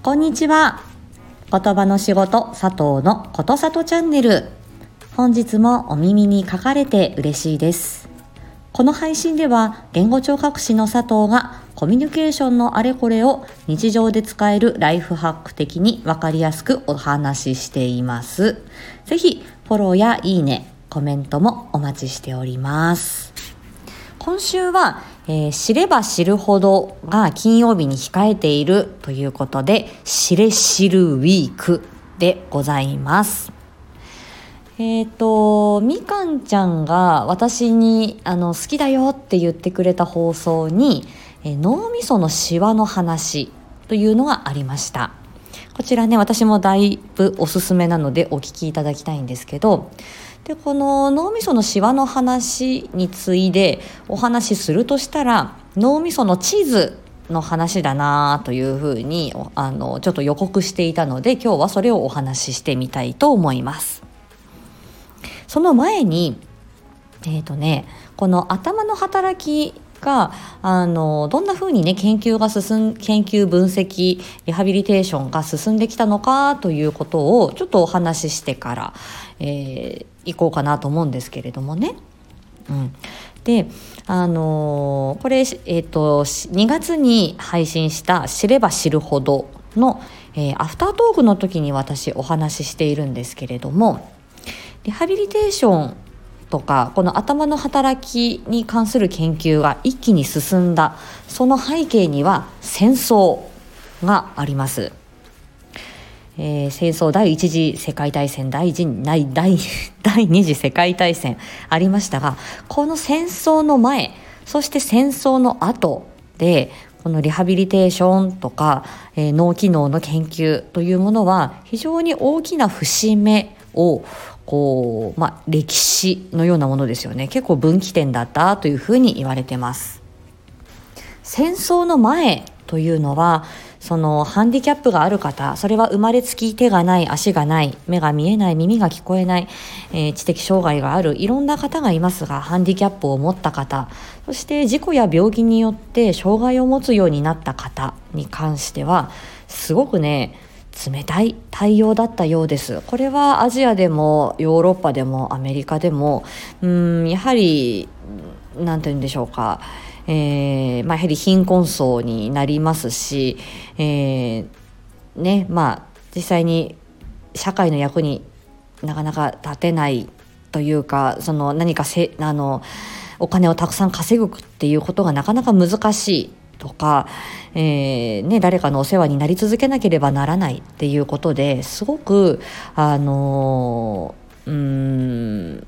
こんにちは。言葉の仕事佐藤のことさとチャンネル。本日もお耳に書かれて嬉しいです。この配信では言語聴覚士の佐藤がコミュニケーションのあれこれを日常で使えるライフハック的にわかりやすくお話ししています。ぜひフォローやいいね、コメントもお待ちしております。今週は、知れば知るほどが金曜日に控えているということで、知れ知るウィークでございます。みかんちゃんが私に好きだよって言ってくれた放送に、脳みそのシワの話というのがありました。こちらね、私もだいぶおすすめなのでお聞きいただきたいんですけど、でこの脳みそのシワの話についでお話しするとしたら、脳みその地図の話だなというふうにちょっと予告していたので、今日はそれをお話ししてみたいと思います。その前にこの頭の働きがどんな風にね研究分析リハビリテーションが進んできたのかということをちょっとお話ししてから、いこうかなと思うんですけれどもね。でこれ、2月に配信した知れば知るほどの、アフタートークの時に私お話ししているんですけれども、リハビリテーションとかこの頭の働きに関する研究が一気に進んだ、その背景には戦争があります。戦争、第一次世界大戦、第二次世界大戦ありましたが、この戦争の前、そして戦争の後でこのリハビリテーションとか、脳機能の研究というものは非常に大きな節目を歴史のようなものですよね。結構分岐点だったというふうに言われてます。戦争の前というのは、そのハンディキャップがある方、それは生まれつき手がない、足がない、目が見えない、耳が聞こえない、知的障害があるいろんな方がいますが、ハンディキャップを持った方、そして事故や病気によって障害を持つようになった方に関してはすごくね冷たい対応だったようです。これはアジアでもヨーロッパでもアメリカでもやはりなんて言うんでしょうか、やはり貧困層になりますし、実際に社会の役になかなか立てないというか、その何かお金をたくさん稼ぐっていうことがなかなか難しいとか、誰かのお世話になり続けなければならないっていうことですごくなんて言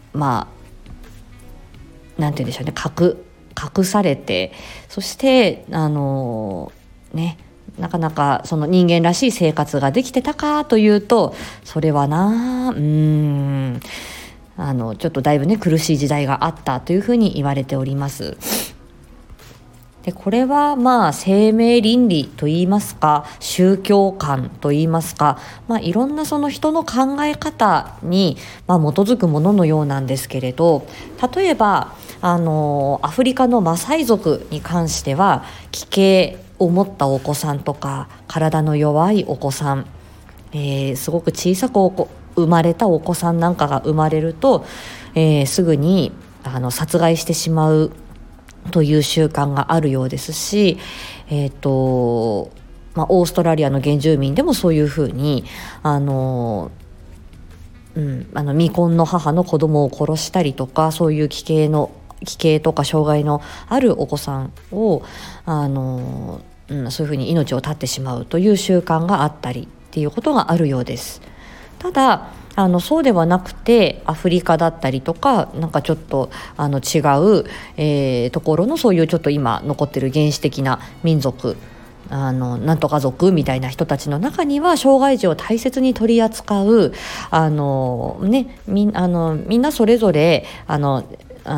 うんでしょうね、隠されて、そしてなかなかその人間らしい生活ができてたかというと、それはちょっとだいぶね苦しい時代があったというふうに言われております。でこれは生命倫理といいますか、宗教観といいますか、いろんなその人の考え方に、基づくもののようなんですけれど、例えばアフリカのマサイ族に関しては、奇形を持ったお子さんとか体の弱いお子さん、すごく小さく生まれたお子さんなんかが生まれると、すぐに殺害してしまうという習慣があるようですし、オーストラリアの原住民でもそういうふうに未婚の母の子供を殺したりとか、そういう奇形とか障害のあるお子さんをそういうふうに命を絶ってしまうという習慣があったりっていうことがあるようです。ただそうではなくて、アフリカだったりとかなんかちょっと違う、ところのそういうちょっと今残ってる原始的な民族、なんとか族みたいな人たちの中には、障害児を大切に取り扱うみんなそれぞれ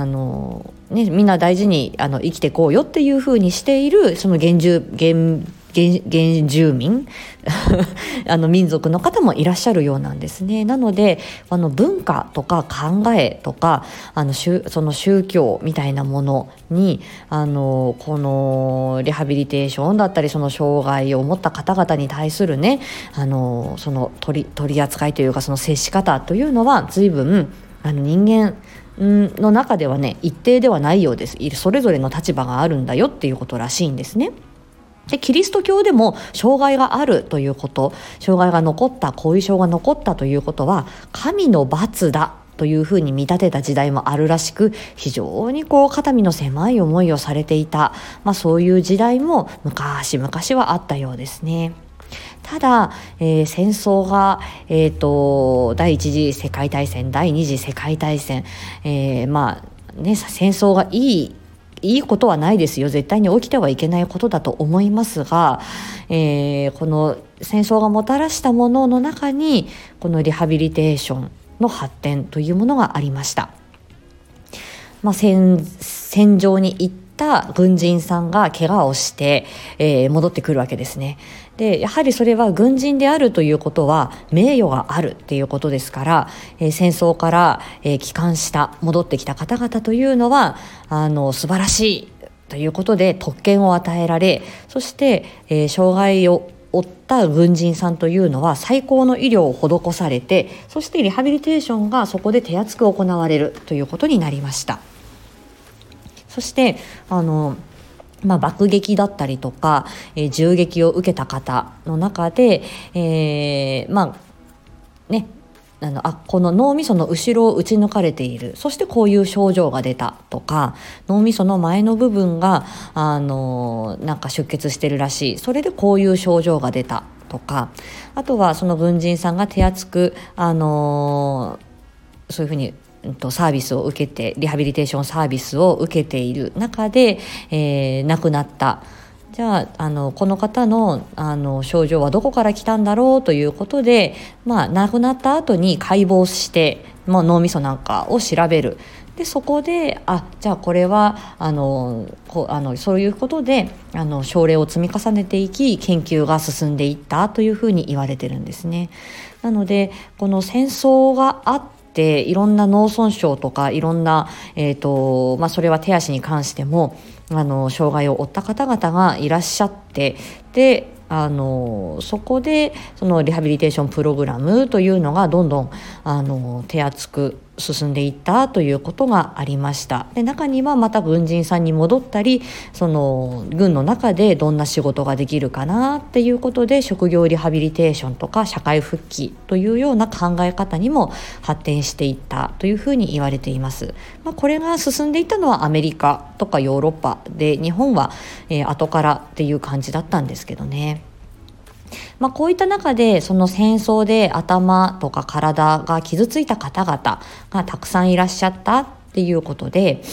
みんな大事に生きていこうよっていう風にしている、その原原住民民族の方もいらっしゃるようなんですね。なので文化とか考えとかその宗教みたいなものにこのリハビリテーションだったりその障害を持った方々に対するねその取り扱いというかその接し方というのは随分人間の中ではね一定ではないようです。それぞれの立場があるんだよっていうことらしいんですね。でキリスト教でも障害があるということ、障害が残った、後遺症が残ったということは神の罰だというふうに見立てた時代もあるらしく、非常に肩身の狭い思いをされていた、そういう時代も昔々はあったようですね。ただ、戦争が、第一次世界大戦、第二次世界大戦、戦争がいいことはないですよ。絶対に起きてはいけないことだと思いますが、この戦争がもたらしたものの中にこのリハビリテーションの発展というものがありました。戦場に行った軍人さんが怪我をして、戻ってくるわけですね。でやはりそれは軍人であるということは名誉があるっていうことですから、戦争から、帰還した戻ってきた方々というのは素晴らしいということで特権を与えられ、そして、障害を負った軍人さんというのは最高の医療を施されて、そしてリハビリテーションがそこで手厚く行われるということになりました。そして爆撃だったりとか、銃撃を受けた方の中で、この脳みその後ろを打ち抜かれている、そしてこういう症状が出たとか、脳みその前の部分が出血してるらしい、それでこういう症状が出たとか、あとはその軍人さんが手厚くそういうふうにサービスを受けて、リハビリテーションサービスを受けている中で、亡くなった。じゃあ、この方の、症状はどこから来たんだろうということで、亡くなった後に解剖して脳みそなんかを調べる。でそこでじゃあこれはそういうことで症例を積み重ねていき研究が進んでいったというふうに言われてるんですね。なのでこの戦争があっていろんな脳損傷とかいろんな、それは手足に関しても障害を負った方々がいらっしゃって、でそこでそのリハビリテーションプログラムというのがどんどん手厚く進んでいったということがありました。で中にはまた軍人さんに戻ったり、その軍の中でどんな仕事ができるかなっていうことで職業リハビリテーションとか社会復帰というような考え方にも発展していったというふうに言われています。これが進んでいったのはアメリカとかヨーロッパで、日本は、後からっていう感じだったんですけどね。こういった中でその戦争で頭とか体が傷ついた方々がたくさんいらっしゃったっていうことで、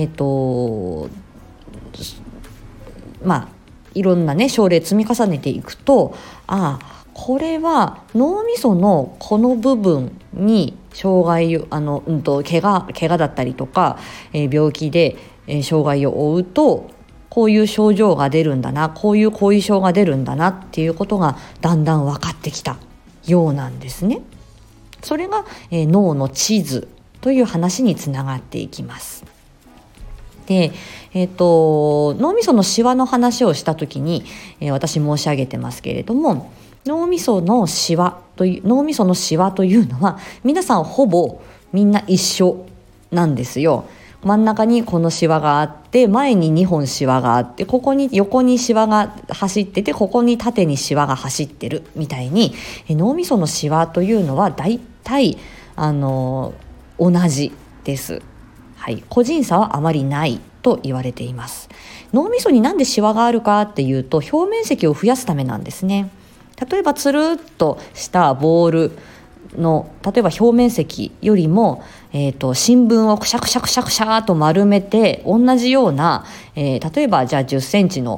いろんなね症例積み重ねていくと、これは脳みそのこの部分に障害怪我だったりとか、病気で、障害を負うとこういう症状が出るんだな、こういう後遺症が出るんだなっていうことがだんだん分かってきたようなんですね。それが、脳の地図という話につながっていきます。で、脳みそのシワの話をした時に、私申し上げてますけれども、脳みそのシワというのは皆さんほぼみんな一緒なんですよ。真ん中にこのシワがあって、前に2本シワがあって、ここに横にシワが走ってて、ここに縦にシワが走ってるみたいに、脳みそのシワというのはだいたい同じです。個人差はあまりないと言われています。脳みそになんでシワがあるかっていうと、表面積を増やすためなんですね。例えばつるっとしたボールの例えば表面積よりも、新聞をくしゃくしゃくしゃくしゃと丸めて同じような、例えばじゃあ10センチの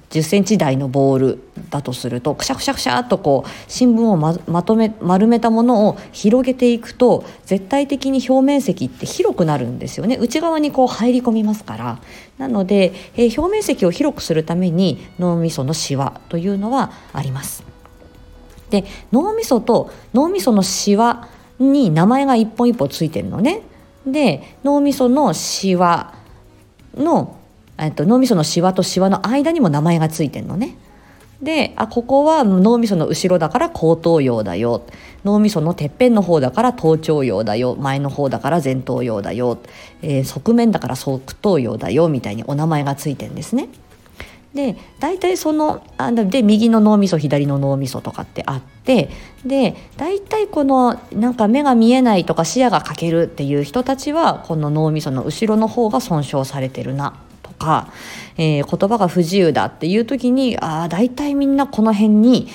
10センチ台のボールだとすると、くしゃくしゃくしゃっとこう新聞を丸めたものを広げていくと、絶対的に表面積って広くなるんですよね。内側にこう入り込みますから。なので、表面積を広くするために脳みそのシワというのはあります。で、脳みそと脳みそのシワに名前が一本一本ついてるのね。で、脳みそのシワの脳みそのシワとシワの間にも名前がついてるのね。で、ここは脳みその後ろだから後頭葉だよ、脳みそのてっぺんの方だから頭頂葉だよ、前の方だから前頭葉だよ、側面だから側頭葉だよみたいにお名前がついてるんですね。で、大体で右の脳みそ左の脳みそとかってあって、で大体このなんか目が見えないとか視野が欠けるっていう人たちはこの脳みその後ろの方が損傷されてるなとか、言葉が不自由だっていう時に大体みんなこの辺に、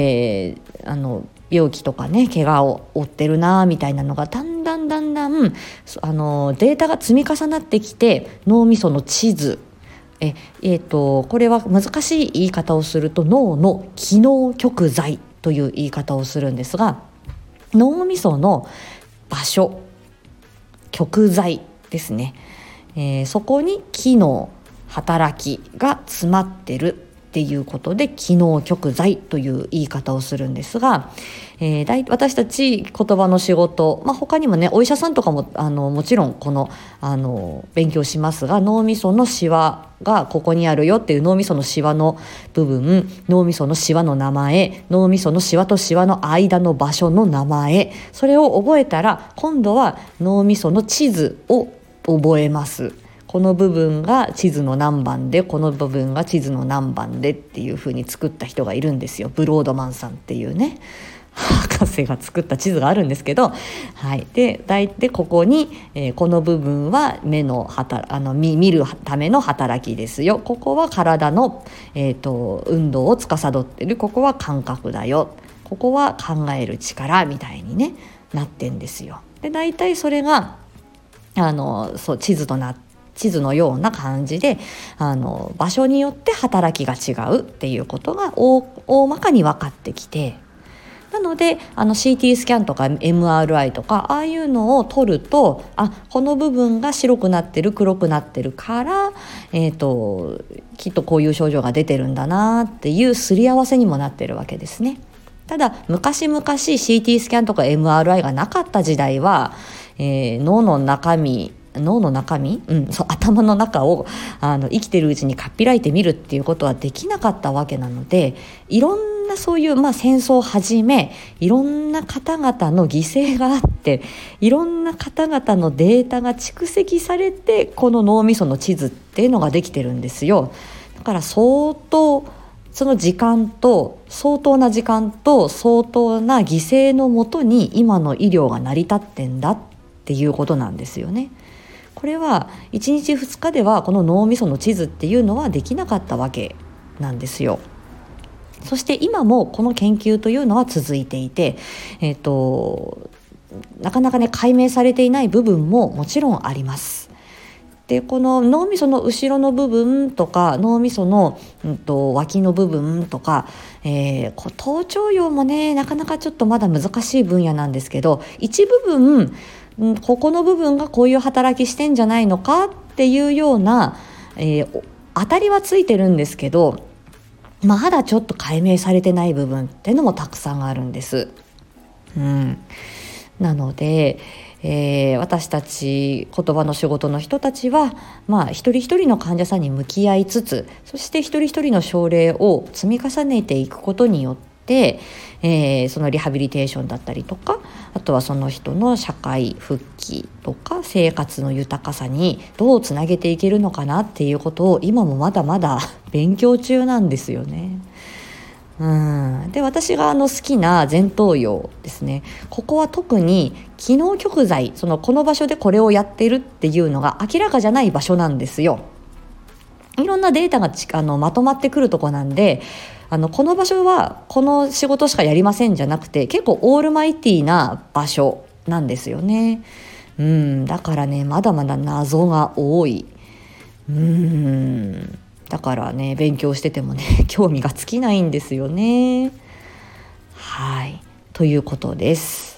病気とかね怪我を負ってるなみたいなのがだんだんデータが積み重なってきて、脳みその地図これは難しい言い方をすると脳の機能極材という言い方をするんですが、脳みその場所極材ですね、そこに機能働きが詰まってるっていうことで機能極材という言い方をするんですが、私たち言葉の仕事、他にもねお医者さんとかももちろんこの勉強しますが、脳みそのシワがここにあるよっていう脳みそのシワの部分、脳みそのシワの名前、脳みそのシワとシワの間の場所の名前、それを覚えたら今度は脳みその地図を覚えます。この部分が地図の何番でこの部分が地図の何番でっていう風に作った人がいるんですよ。ブロードマンさんっていうね博士が作った地図があるんですけど、でここに、この部分は目の見るための働きですよ、ここは体の、運動を司っている、ここは感覚だよ、ここは考える力みたいに、ね、なってんですよ。で大体それが地図のような感じで場所によって働きが違うっていうことが大まかに分かってきて、なのでCT スキャンとか MRI とかああいうのを取るとこの部分が白くなってる黒くなってるから、きっとこういう症状が出てるんだなっていうすり合わせにもなってるわけですね。ただ昔々 CT スキャンとか MRI がなかった時代は、脳の中身、頭の中を生きてるうちにかっぴらいてみるっていうことはできなかったわけなので、いろんなそういう、戦争をはじめいろんな方々の犠牲があって、いろんな方々のデータが蓄積されてこの脳みその地図っていうのができてるんですよ。だから相当その時間と相当な犠牲のもとに今の医療が成り立ってんだっていうことなんですよね。これは1日2日ではこの脳みその地図っていうのはできなかったわけなんですよ。そして今もこの研究というのは続いていて、なかなかね解明されていない部分ももちろんあります。でこの脳みその後ろの部分とか脳みその、脇の部分とか、頭頂葉もねなかなかちょっとまだ難しい分野なんですけど、一部分ここの部分がこういう働きしてんじゃないのかっていうような、当たりはついてるんですけど、まだちょっと解明されてない部分っていうのもたくさんあるんです。なので、私たち言葉の仕事の人たちは、一人一人の患者さんに向き合いつつ、そして一人一人の症例を積み重ねていくことによって、そのリハビリテーションだったりとか、あとはその人の社会復帰とか生活の豊かさにどうつなげていけるのかなっていうことを今もまだまだ勉強中なんですよね。で私が好きな前頭葉ですね、ここは特に機能極材、この場所でこれをやってるっていうのが明らかじゃない場所なんですよ。いろんなデータがまとまってくるとこなんで、この場所はこの仕事しかやりませんじゃなくて、結構オールマイティーな場所なんですよね。だからねまだまだ謎が多い。 だからね、勉強しててもね興味が尽きないんですよね。はい、ということです。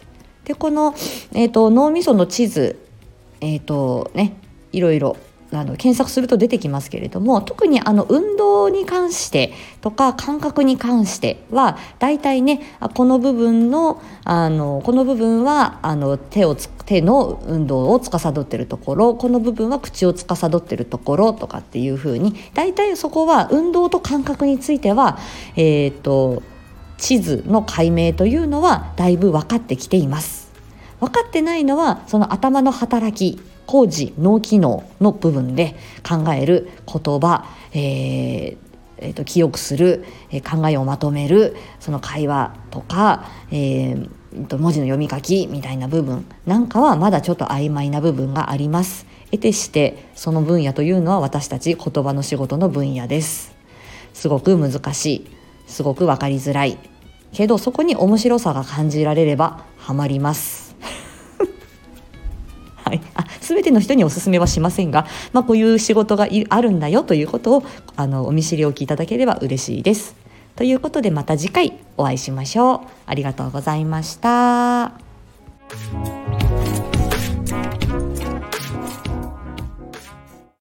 でこの、脳みその地図、いろいろ検索すると出てきますけれども、特に運動に関してとか感覚に関してはだいたいね、この部分は手の運動を司っているところ、この部分は口を司っているところとかっていう風に、だいたいそこは運動と感覚については地図の解明というのはだいぶ分かってきています。分かってないのはその頭の働き、工事、脳機能の部分で考える言葉、記憶する、考えをまとめる、その会話とか、文字の読み書きみたいな部分なんかはまだちょっと曖昧な部分があります。得てしてその分野というのは私たち言葉の仕事の分野です。すごく難しい、すごく分かりづらいけど、そこに面白さが感じられればハマりますはい、全ての人にお勧めはしませんが、こういう仕事があるんだよということをお見知りおきいただければ嬉しいです。ということでまた次回お会いしましょう。ありがとうございました。